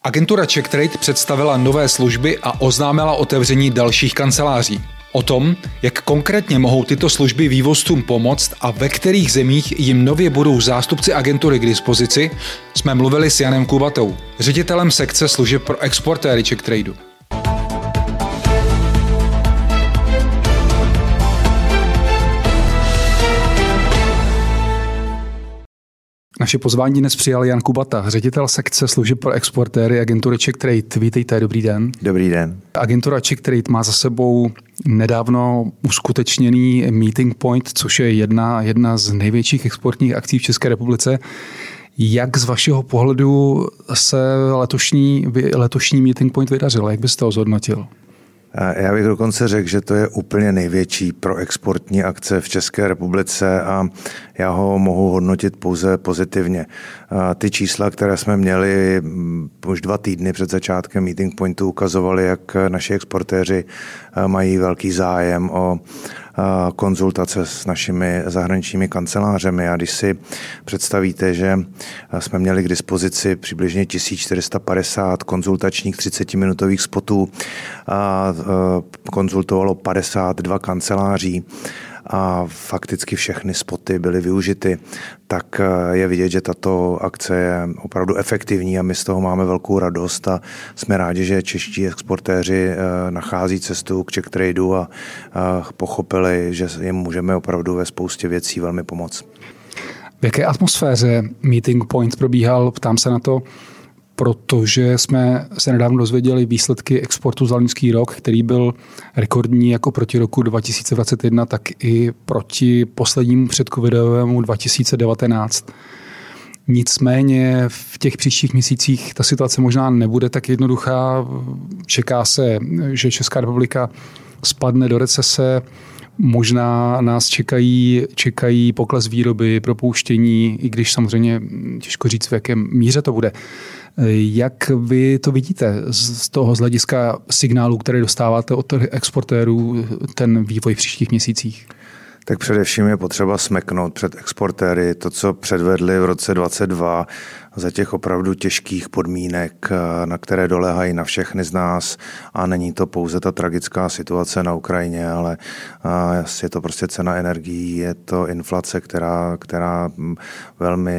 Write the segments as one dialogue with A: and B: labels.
A: Agentura CzechTrade představila nové služby a oznámila otevření dalších kanceláří. O tom, jak konkrétně mohou tyto služby vývozcům pomoct a ve kterých zemích jim nově budou zástupci agentury k dispozici, jsme mluvili s Janem Kubatou, ředitelem sekce služeb pro exportéry CzechTradeu. Naše pozvání dnes přijal Jan Kubata, ředitel sekce služeb pro exportéry agentury CzechTrade. Vítejte, dobrý den.
B: Dobrý den.
A: Agentura CzechTrade má za sebou nedávno uskutečněný Meeting Point, což je jedna z největších exportních akcí v České republice. Jak z vašeho pohledu se letošní Meeting Point vydařil? Jak byste ho zhodnotil?
B: Já bych dokonce řekl, že to je úplně největší proexportní akce v České republice a já ho mohu hodnotit pouze pozitivně. Ty čísla, které jsme měli už 2 týdny před začátkem Meeting Pointu, ukazovaly, jak naši exportéři mají velký zájem o konzultace s našimi zahraničními kancelářemi. A když si představíte, že jsme měli k dispozici přibližně 1450 konzultačních 30-minutových spotů, a konzultovalo 52 kanceláří a fakticky všechny spoty byly využity, tak je vidět, že tato akce je opravdu efektivní a my z toho máme velkou radost a jsme rádi, že čeští exportéři nachází cestu k CzechTradeu a pochopili, že jim můžeme opravdu ve spoustě věcí velmi pomoct.
A: V jaké atmosféře Meeting Point probíhal? Ptám se na to, protože jsme se nedávno dozvěděli výsledky exportu za loňský rok, který byl rekordní jako proti roku 2021, tak i proti poslednímu předcovidovému 2019. Nicméně v těch příštích měsících ta situace možná nebude tak jednoduchá. Čeká se, že Česká republika spadne do recese, možná nás čekají pokles výroby, propouštění, i když samozřejmě těžko říct, v jakém míře to bude. Jak vy to vidíte z toho z hlediska signálů, které dostáváte od exportérů, ten vývoj v příštích měsících?
B: Tak především je potřeba smeknout před exportéry to, co předvedli v roce 2022 za těch opravdu těžkých podmínek, na které doléhají na všechny z nás. A není to pouze ta tragická situace na Ukrajině, ale je to prostě cena energií, je to inflace, která velmi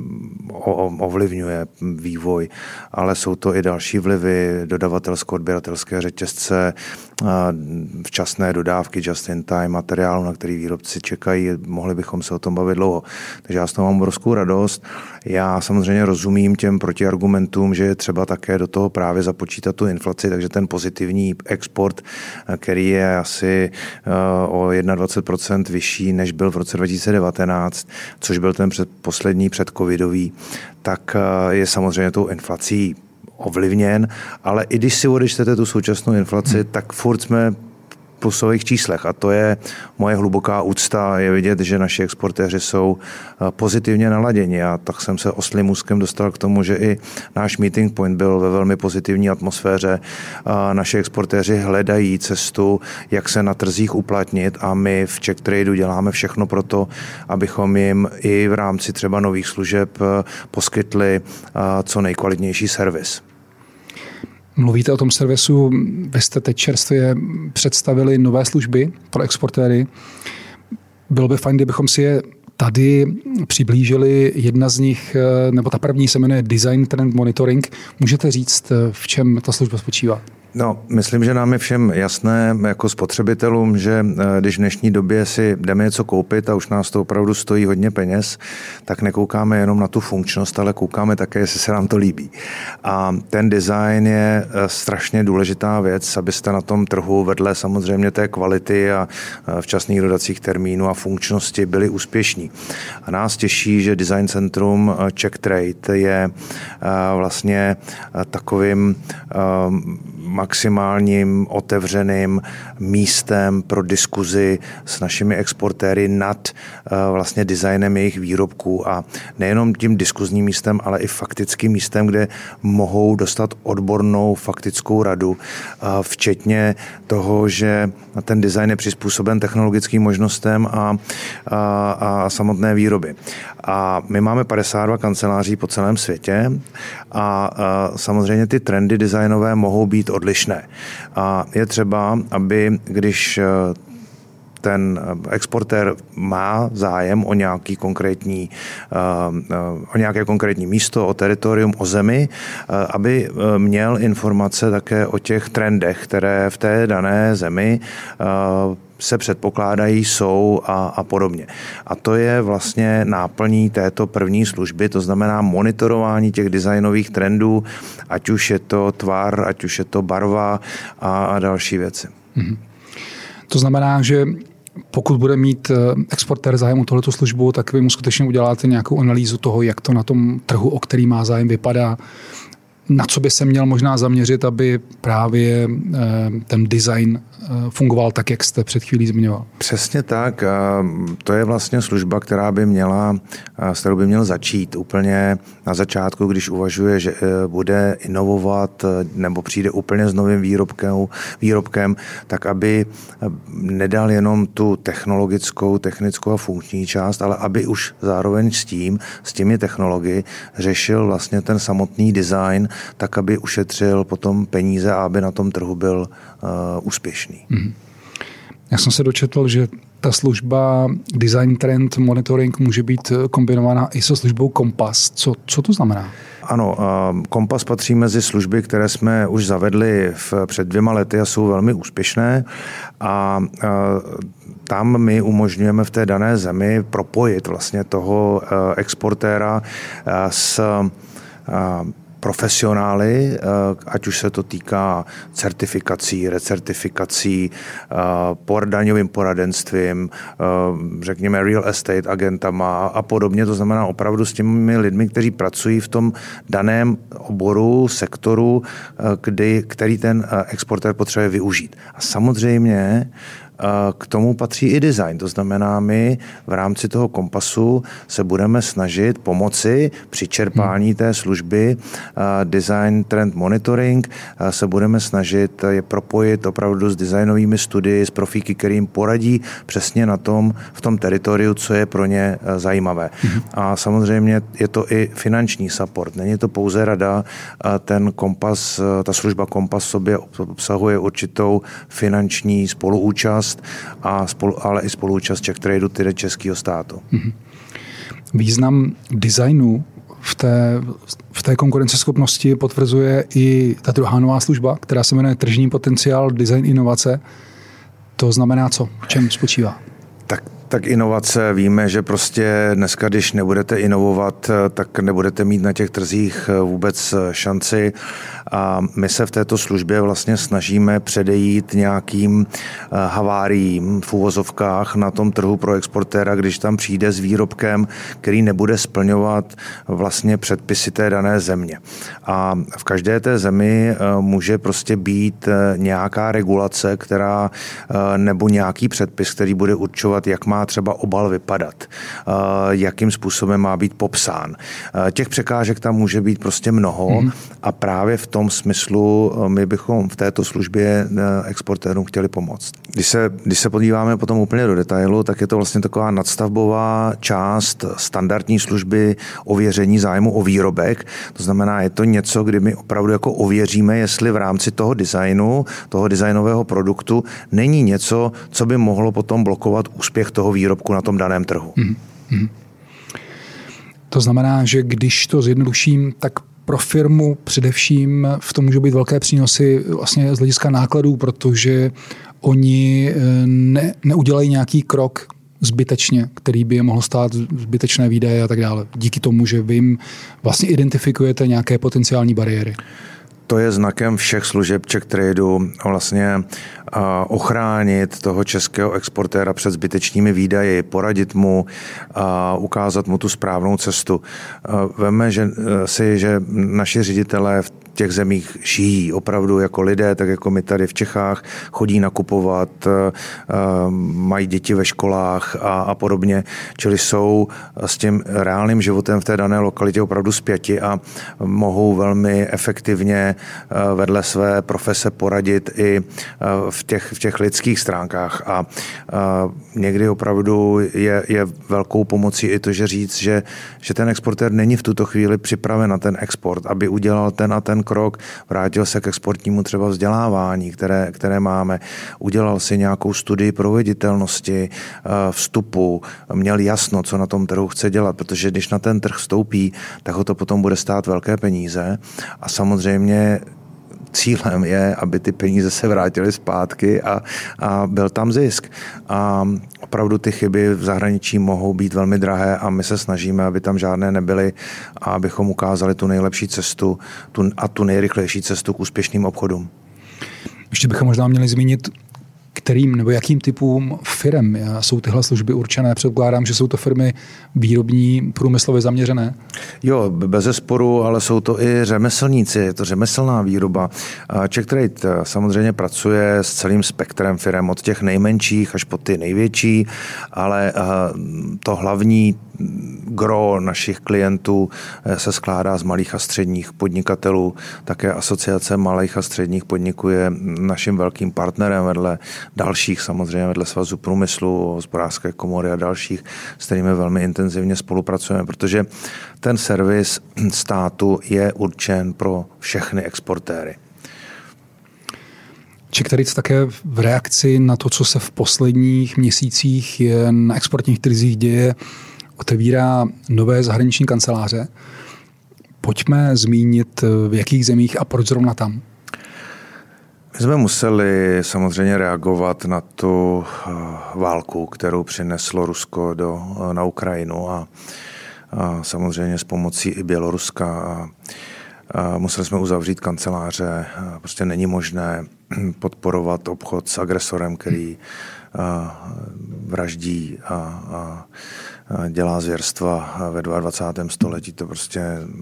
B: ovlivňuje vývoj, ale jsou to i další vlivy, dodavatelsko-odběratelské řetězce, včasné dodávky just in time, materiálu, na který výrobci čekají, mohli bychom se o tom bavit dlouho. Takže já z toho mám obrovskou radost. Já samozřejmě rozumím těm protiargumentům, že je třeba také do toho právě započítat tu inflaci, takže ten pozitivní export, který je asi o 21% vyšší, než byl v roce 2019, což byl ten poslední předcovidový, tak je samozřejmě tou inflací ovlivněn, ale i když si odečtete tu současnou inflaci, tak furt jsme v plusových číslech a to je moje hluboká úcta. Je vidět, že naši exportéři jsou pozitivně naladěni a tak jsem se oslím úzkem dostal k tomu, že i náš Meeting Point byl ve velmi pozitivní atmosféře. Naši exportéři hledají cestu, jak se na trzích uplatnit a my v CzechTradeu děláme všechno pro to, abychom jim i v rámci třeba nových služeb poskytli co nejkvalitnější servis.
A: Mluvíte o tom servisu, vy jste teď čerstvě představili nové služby pro exportéry. Bylo by fajn, kdybychom si je tady přiblížili. Jedna z nich, nebo ta první se jmenuje Design Trend Monitoring. Můžete říct, v čem ta služba spočívá?
B: No, myslím, že nám je všem jasné jako spotřebitelům, že když v dnešní době si jdeme něco koupit a už nás to opravdu stojí hodně peněz, tak nekoukáme jenom na tu funkčnost, ale koukáme také, jestli se nám to líbí. A ten design je strašně důležitá věc, abyste na tom trhu vedle samozřejmě té kvality a včasných dodacích termínů a funkčnosti byli úspěšní. A nás těší, že Design Centrum CzechTrade je vlastně takovým maximálním otevřeným místem pro diskuzi s našimi exportéry nad vlastně designem jejich výrobků a nejenom tím diskuzním místem, ale i faktickým místem, kde mohou dostat odbornou faktickou radu, včetně toho, že ten design je přizpůsoben technologickým možnostem a samotné výroby. A my máme 52 kanceláří po celém světě a samozřejmě ty trendy designové mohou být odlišné. A je třeba, aby když ten exportér má zájem o nějaké konkrétní místo, o teritorium, o zemi, aby měl informace také o těch trendech, které v té dané zemi se předpokládají, jsou a podobně. A to je vlastně náplní této první služby, to znamená monitorování těch designových trendů, ať už je to tvar, ať už je to barva a další věci.
A: Mm-hmm. To znamená, že pokud bude mít exportér zájem o tohleto službu, tak vy mu skutečně uděláte nějakou analýzu toho, jak to na tom trhu, o který má zájem, vypadá, na co by se měl možná zaměřit, aby právě ten design fungoval tak, jak jste před chvílí zmiňoval.
B: Přesně tak. To je vlastně služba, s kterou by měl začít úplně na začátku, když uvažuje, že bude inovovat nebo přijde úplně s novým výrobkem, tak aby nedal jenom tu technickou a funkční část, ale aby už zároveň s těmi technologií řešil vlastně ten samotný design, tak aby ušetřil potom peníze a aby na tom trhu byl úspěšný.
A: Já jsem se dočetl, že ta služba Design Trend Monitoring může být kombinována i se službou Kompas. Co to znamená?
B: Ano, Kompas patří mezi služby, které jsme už zavedli před 2 lety a jsou velmi úspěšné a tam my umožňujeme v té dané zemi propojit vlastně toho exportéra s profesionály, ať už se to týká certifikací, recertifikací, daňovým poradenstvím, řekněme real estate agentama a podobně. To znamená opravdu s těmi lidmi, kteří pracují v tom daném oboru, sektoru, který ten exportér potřebuje využít. A samozřejmě k tomu patří i design. To znamená, my v rámci toho Kompasu se budeme snažit pomoci při čerpání té služby Design Trend Monitoring. Se budeme snažit je propojit opravdu s designovými studii, s profíky, kterým poradí přesně v tom teritoriu, co je pro ně zajímavé. A samozřejmě je to i finanční support. Není to pouze rada. Ten Kompas, ta služba Kompas sobě obsahuje určitou finanční spoluúčast, ale i spoluúčast Czech Tradu, tedy českého státu.
A: Význam designu v té konkurenceschopnosti potvrzuje i ta druhá nová služba, která se jmenuje Tržní potenciál design inovace. To znamená co? V čem spočívá?
B: Tak inovace, víme, že prostě dneska, když nebudete inovovat, tak nebudete mít na těch trzích vůbec šanci. A my se v této službě vlastně snažíme předejít nějakým haváriím v uvozovkách na tom trhu pro exportéra, když tam přijde s výrobkem, který nebude splňovat vlastně předpisy té dané země. A v každé té zemi může prostě být nějaká regulace, nebo nějaký předpis, který bude určovat, jak má třeba obal vypadat, jakým způsobem má být popsán. Těch překážek tam může být prostě mnoho a právě v tom smyslu my bychom v této službě exportérům chtěli pomoct. Když se podíváme potom úplně do detailu, tak je to vlastně taková nadstavbová část standardní služby ověření zájmu o výrobek. To znamená, je to něco, kdy my opravdu jako ověříme, jestli v rámci toho designu, toho designového produktu není něco, co by mohlo potom blokovat úspěch toho výrobku na tom daném trhu.
A: To znamená, že když to zjednoduším, tak pro firmu především v tom můžou být velké přínosy vlastně z hlediska nákladů, protože oni neudělají nějaký krok zbytečně, který by je mohl stát zbytečné výdaje a tak dále. Díky tomu, že vy jim vlastně identifikujete nějaké potenciální bariéry.
B: To je znakem všech služeb Czech Tradu vlastně ochránit toho českého exportéra před zbytečnými výdaji, poradit mu, ukázat mu tu správnou cestu. Veme, že naši ředitelé těch zemích žijí opravdu jako lidé, tak jako my tady v Čechách, chodí nakupovat, mají děti ve školách a podobně, čili jsou s tím reálným životem v té dané lokalitě opravdu spjati a mohou velmi efektivně vedle své profese poradit i v těch lidských stránkách a někdy opravdu je velkou pomocí i to, že říct, že ten exportér není v tuto chvíli připraven na ten export, aby udělal ten a ten krok, vrátil se k exportnímu třeba vzdělávání, které máme, udělal si nějakou studii proveditelnosti, vstupu, měl jasno, co na tom trhu chce dělat, protože když na ten trh vstoupí, tak ho to potom bude stát velké peníze a samozřejmě cílem je, aby ty peníze se vrátily zpátky a byl tam zisk. A opravdu ty chyby v zahraničí mohou být velmi drahé a my se snažíme, aby tam žádné nebyly a abychom ukázali tu nejlepší cestu a tu nejrychlejší cestu k úspěšným obchodům.
A: Ještě bychom možná měli zmínit, kterým nebo jakým typům firem jsou tyhle služby určené. Předpokládám, že jsou to firmy výrobní, průmyslově zaměřené.
B: Jo, bezesporu, ale jsou to i řemeslníci, je to řemeslná výroba. Czech Trade samozřejmě pracuje s celým spektrem firem, od těch nejmenších až po ty největší, ale to hlavní gro našich klientů se skládá z malých a středních podnikatelů. Také Asociace malých a středních podniků je naším velkým partnerem vedle dalších, samozřejmě vedle Svazu průmyslu, Hospodářské komory a dalších, s kterými velmi intenzivně spolupracujeme, protože ten servis státu je určen pro všechny exportéry.
A: Czech Trade také v reakci na to, co se v posledních měsících na exportních trzích děje, otevírá nové zahraniční kanceláře. Pojďme zmínit, v jakých zemích a proč zrovna tam.
B: My jsme museli samozřejmě reagovat na tu válku, kterou přineslo Rusko na Ukrajinu a samozřejmě s pomocí i Běloruska. A museli jsme uzavřít kanceláře. Prostě není možné podporovat obchod s agresorem, který vraždí a dělá zvěrstva ve 22. století. To prostě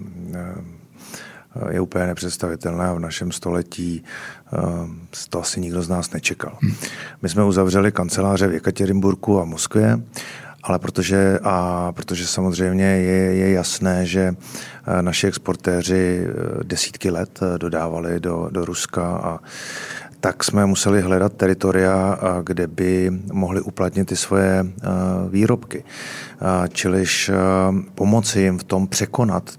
B: je úplně nepředstavitelné a v našem století to asi nikdo z nás nečekal. My jsme uzavřeli kanceláře v Jekatěrinburgu a Moskvě, ale protože samozřejmě je jasné, že naši exportéři desítky let dodávali do Ruska a tak jsme museli hledat teritoria, kde by mohli uplatnit ty svoje výrobky. Čiliž pomoci jim v tom překonat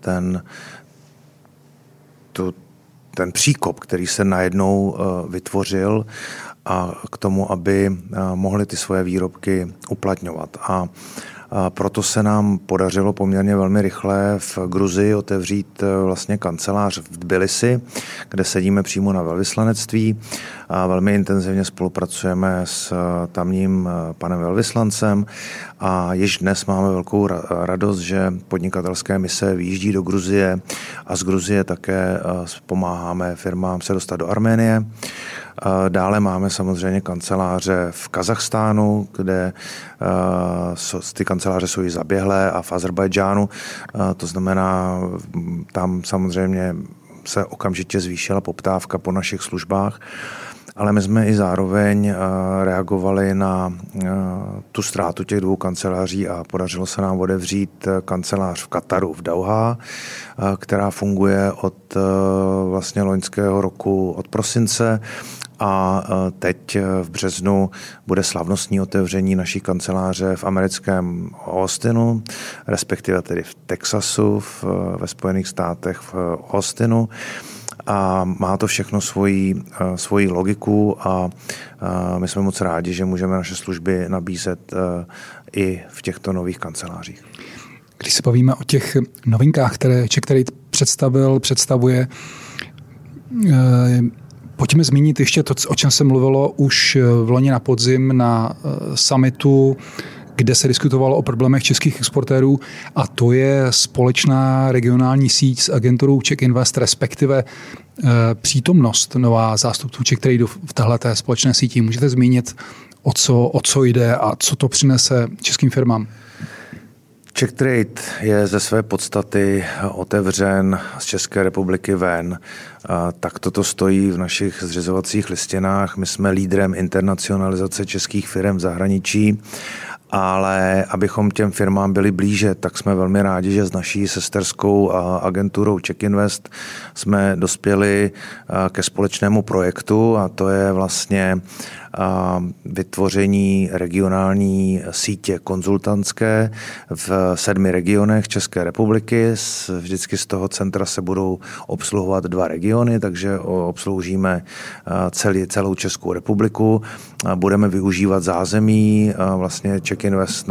B: ten příkop, který se najednou vytvořil a k tomu, aby mohli ty svoje výrobky uplatňovat. A proto se nám podařilo poměrně velmi rychle v Gruzii otevřít vlastně kancelář v Tbilisi, kde sedíme přímo na velvyslanectví a velmi intenzivně spolupracujeme s tamním panem velvyslancem a již dnes máme velkou radost, že podnikatelské mise vyjíždí do Gruzie a z Gruzie také pomáháme firmám se dostat do Arménie. Dále máme samozřejmě kanceláře v Kazachstánu, kde ty kanceláře jsou i zaběhlé a v Azerbajdžánu. To znamená, tam samozřejmě se okamžitě zvýšila poptávka po našich službách. Ale my jsme i zároveň reagovali na tu ztrátu těch dvou kanceláří a podařilo se nám otevřít kancelář v Kataru, v Dauhá, která funguje od vlastně loňského roku, od prosince. A teď v březnu bude slavnostní otevření naší kanceláře v americkém Austinu, respektive tedy v Texasu, ve Spojených státech v Austinu. A má to všechno svoji logiku a my jsme moc rádi, že můžeme naše služby nabízet i v těchto nových kancelářích.
A: Když se bavíme o těch novinkách, které Czech Trade představuje, pojďme zmínit ještě to, o čem se mluvilo už v loni na podzim na summitu, kde se diskutovalo o problémech českých exportérů, a to je společná regionální síť s agenturou Czech Invest, respektive přítomnost nová zástupců Czech Trade v téhleté společné síti. Můžete zmínit, o co jde a co to přinese českým firmám?
B: CzechTrade je ze své podstaty otevřen z České republiky ven. Tak toto stojí v našich zřizovacích listinách. My jsme lídrem internacionalizace českých firm v zahraničí, ale abychom těm firmám byli blíže, tak jsme velmi rádi, že s naší sesterskou agenturou CzechInvest jsme dospěli ke společnému projektu, a to je vlastně vytvoření regionální sítě konzultantské v 7 regionech České republiky. Vždycky z toho centra se budou obsluhovat 2 regiony, takže obsloužíme celou Českou republiku. Budeme využívat zázemí, vlastně CzechInvest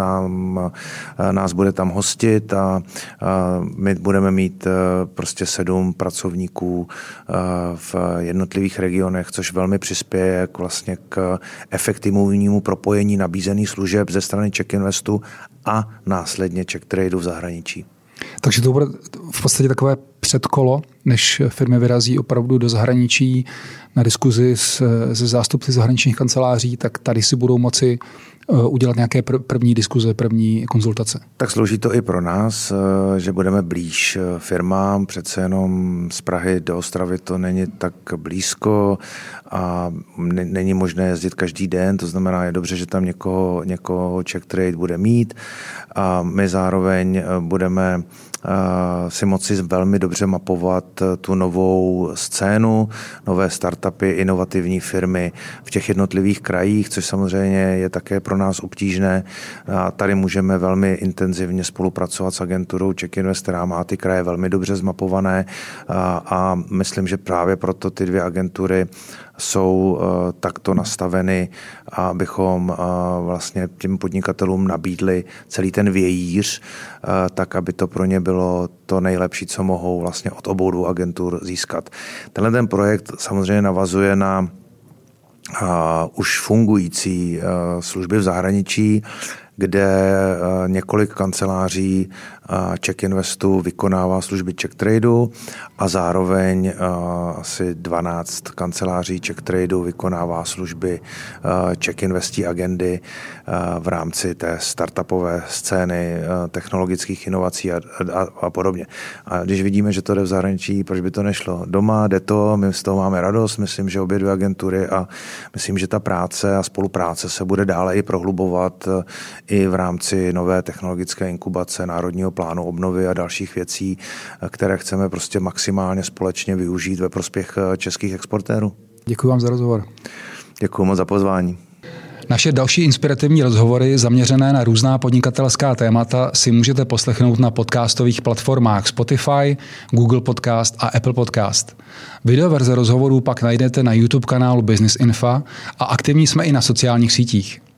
B: nás bude tam hostit a my budeme mít prostě 7 pracovníků v jednotlivých regionech, což velmi přispěje k efektivnímu propojení nabízených služeb ze strany CzechInvestu a následně CzechTradeu v zahraničí.
A: Takže to bude v podstatě takové předkolo, než firmy vyrazí opravdu do zahraničí na diskuzi se zástupci zahraničních kanceláří, tak tady si budou moci udělat nějaké první diskuze, první konzultace.
B: Tak slouží to i pro nás, že budeme blíž firmám. Přece jenom z Prahy do Ostravy to není tak blízko a není možné jezdit každý den. To znamená, je dobře, že tam někoho CzechTrade bude mít a my zároveň budeme si moci velmi dobře mapovat tu novou scénu, nové startupy, inovativní firmy v těch jednotlivých krajích, což samozřejmě je také pro nás obtížné. A tady můžeme velmi intenzivně spolupracovat s agenturou CzechInvest, která má ty kraje velmi dobře zmapované a myslím, že právě proto ty 2 agentury jsou takto nastaveny, abychom vlastně těm podnikatelům nabídli celý ten vějíř, tak aby to pro ně bylo to nejlepší, co mohou vlastně od obou 2 agentur získat. Tenhle ten projekt samozřejmě navazuje na už fungující služby v zahraničí, kde několik kanceláří CzechInvestu vykonává služby CzechTradeu a zároveň asi 12 kanceláří CzechTradeu vykonává služby CzechInvestí agendy v rámci té startupové scény, technologických inovací a podobně. A když vidíme, že to jde v zahraničí, proč by to nešlo? Doma jde to, my z toho máme radost, myslím, že obě 2 agentury a myslím, že ta práce a spolupráce se bude dále i prohlubovat i v rámci nové technologické inkubace, Národního plánu obnovy a dalších věcí, které chceme prostě maximálně společně využít ve prospěch českých exportérů.
A: Děkuji vám za rozhovor.
B: Děkuji moc za pozvání.
A: Naše další inspirativní rozhovory zaměřené na různá podnikatelská témata si můžete poslechnout na podcastových platformách Spotify, Google Podcast a Apple Podcast. Videoverze rozhovorů pak najdete na YouTube kanálu Business Info a aktivní jsme i na sociálních sítích.